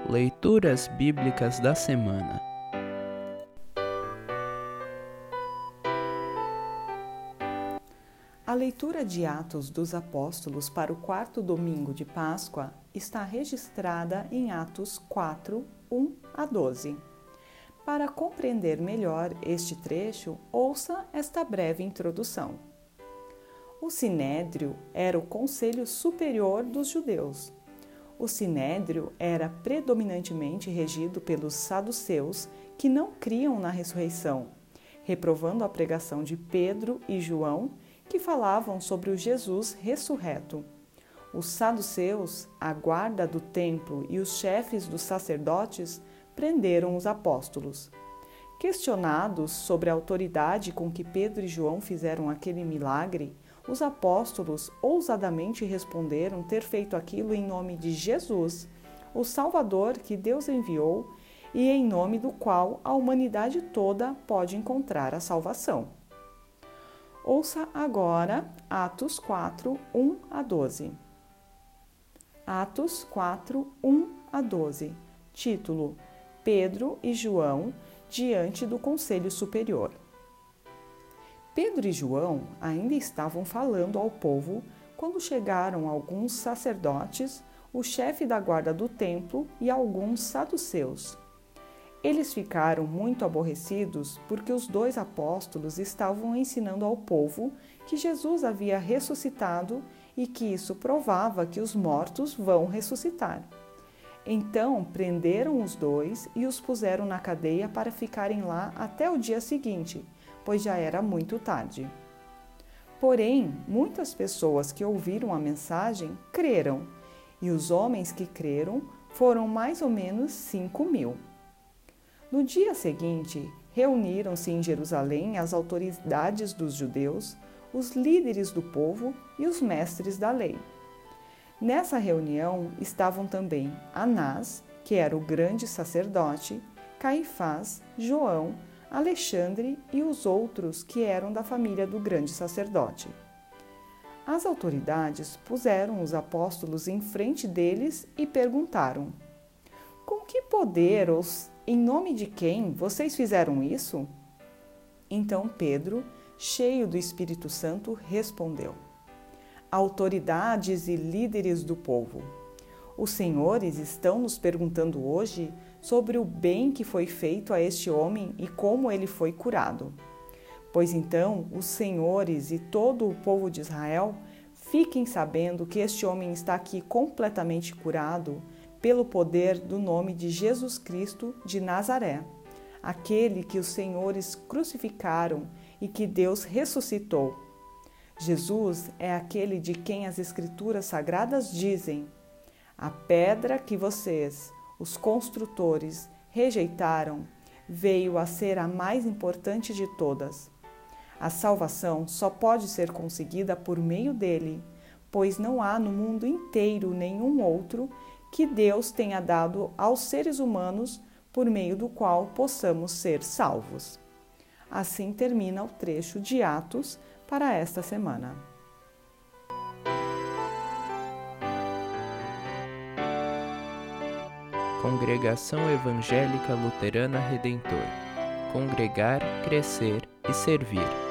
Leituras Bíblicas da Semana. A leitura de Atos dos Apóstolos para o quarto domingo de Páscoa está registrada em Atos 4, 1 a 12. Para compreender melhor este trecho, ouça esta breve introdução. O Sinédrio era o conselho superior dos judeus. O Sinédrio era predominantemente regido pelos saduceus, que não criam na ressurreição, reprovando a pregação de Pedro e João, que falavam sobre o Jesus ressurreto. Os saduceus, a guarda do templo e os chefes dos sacerdotes prenderam os apóstolos. Questionados sobre a autoridade com que Pedro e João fizeram aquele milagre, os apóstolos ousadamente responderam ter feito aquilo em nome de Jesus, o Salvador que Deus enviou e em nome do qual a humanidade toda pode encontrar a salvação. Ouça agora Atos 4, 1 a 12. Atos 4, 1 a 12. Título: Pedro e João diante do Conselho Superior. Pedro e João ainda estavam falando ao povo quando chegaram alguns sacerdotes, o chefe da guarda do templo e alguns saduceus. Eles ficaram muito aborrecidos porque os dois apóstolos estavam ensinando ao povo que Jesus havia ressuscitado e que isso provava que os mortos vão ressuscitar. Então prenderam os dois e os puseram na cadeia para ficarem lá até o dia seguinte, pois já era muito tarde. Porém, muitas pessoas que ouviram a mensagem creram, e os homens que creram foram mais ou menos 5.000. No dia seguinte, reuniram-se em Jerusalém as autoridades dos judeus, os líderes do povo e os mestres da lei. Nessa reunião estavam também Anás, que era o grande sacerdote, Caifás, João, Alexandre e os outros que eram da família do grande sacerdote. As autoridades puseram os apóstolos em frente deles e perguntaram: com que poder ou em nome de quem vocês fizeram isso? Então Pedro, cheio do Espírito Santo, respondeu: autoridades e líderes do povo, os senhores estão nos perguntando hoje sobre o bem que foi feito a este homem e como ele foi curado. Pois então, os senhores e todo o povo de Israel fiquem sabendo que este homem está aqui completamente curado pelo poder do nome de Jesus Cristo de Nazaré, aquele que os senhores crucificaram e que Deus ressuscitou. Jesus é aquele de quem as Escrituras Sagradas dizem: a pedra que vocês, os construtores, rejeitaram, veio a ser a mais importante de todas. A salvação só pode ser conseguida por meio dele, pois não há no mundo inteiro nenhum outro que Deus tenha dado aos seres humanos por meio do qual possamos ser salvos. Assim termina o trecho de Atos para esta semana. Congregação Evangélica Luterana Redentor. Congregar, crescer e servir.